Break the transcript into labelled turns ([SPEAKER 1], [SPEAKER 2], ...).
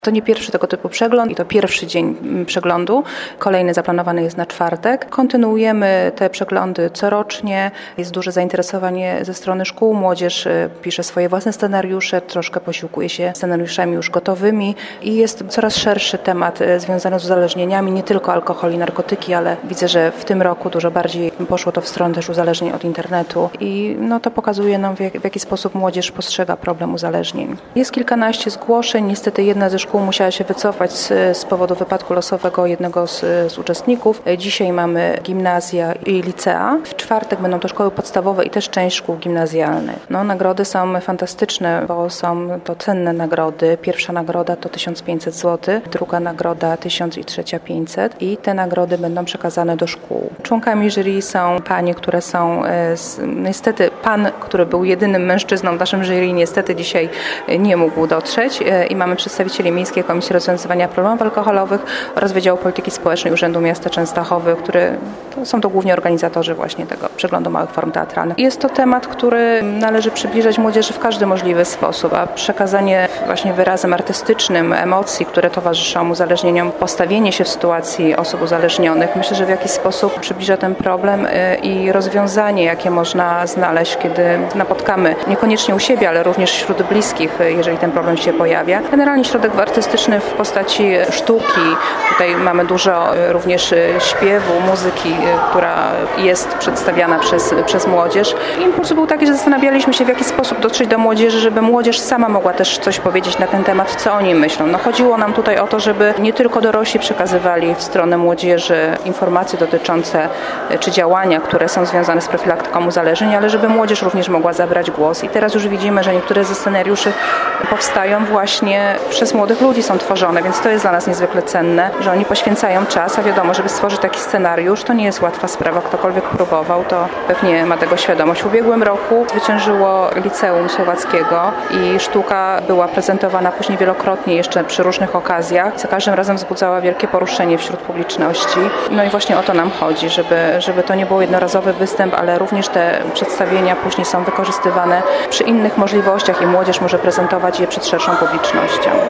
[SPEAKER 1] To nie pierwszy tego typu przegląd i to pierwszy dzień przeglądu. Kolejny zaplanowany jest na czwartek. Kontynuujemy te przeglądy corocznie. Jest duże zainteresowanie ze strony szkół. Młodzież pisze swoje własne scenariusze, troszkę posiłkuje się scenariuszami już gotowymi i jest coraz szerszy temat związany z uzależnieniami, nie tylko alkohol i narkotyki, ale widzę, że w tym roku dużo bardziej poszło to w stronę też uzależnień od internetu i to pokazuje nam, w jaki sposób młodzież postrzega problem uzależnień. Jest kilkanaście zgłoszeń. Niestety jedna ze szkół musiała się wycofać z powodu wypadku losowego jednego z uczestników. Dzisiaj mamy gimnazja i licea. W czwartek będą to szkoły podstawowe i też część szkół gimnazjalnych. Nagrody są fantastyczne, bo są to cenne nagrody. Pierwsza nagroda to 1500 zł, druga nagroda 1000 i trzecia 500 i te nagrody będą przekazane do szkół. Członkami jury są panie, które są niestety pan, który był jedynym mężczyzną w naszym jury, niestety dzisiaj nie mógł dotrzeć i mamy przedstawicieli Miejskiej Komisji Rozwiązywania Problemów Alkoholowych oraz Wydziału Polityki Społecznej Urzędu Miasta Częstochowy, są to głównie organizatorzy właśnie tego przeglądu małych form teatralnych. Jest to temat, który należy przybliżać młodzieży w każdy możliwy sposób, a przekazanie właśnie wyrazem artystycznym emocji, które towarzyszą uzależnieniom, postawienie się w sytuacji osób uzależnionych, myślę, że w jakiś sposób przybliża ten problem i rozwiązanie, jakie można znaleźć, kiedy napotkamy niekoniecznie u siebie, ale również wśród bliskich, jeżeli ten problem się pojawia. Generalnie środek artystyczny w postaci sztuki. Tutaj mamy dużo również śpiewu, muzyki, która jest przedstawiana przez młodzież. Impuls był taki, że zastanawialiśmy się, w jaki sposób dotrzeć do młodzieży, żeby młodzież sama mogła też coś powiedzieć na ten temat, co oni myślą. Chodziło nam tutaj o to, żeby nie tylko dorośli przekazywali w stronę młodzieży informacje dotyczące czy działania, które są związane z profilaktyką uzależnień, ale żeby młodzież również mogła zabrać głos. I teraz już widzimy, że niektóre ze scenariuszy powstają właśnie przez młodych ludzi, są tworzone, więc to jest dla nas niezwykle cenne, że oni poświęcają czas, a wiadomo, żeby stworzyć taki scenariusz, to nie jest łatwa sprawa. Ktokolwiek próbował, to pewnie ma tego świadomość. W ubiegłym roku zwyciężyło Liceum Słowackiego i sztuka była prezentowana później wielokrotnie jeszcze przy różnych okazjach. Za każdym razem wzbudzała wielkie poruszenie wśród publiczności. I właśnie o to nam chodzi, żeby to nie był jednorazowy występ, ale również te przedstawienia później są wykorzystywane przy innych możliwościach i młodzież może prezentować je przed szerszą publicznością.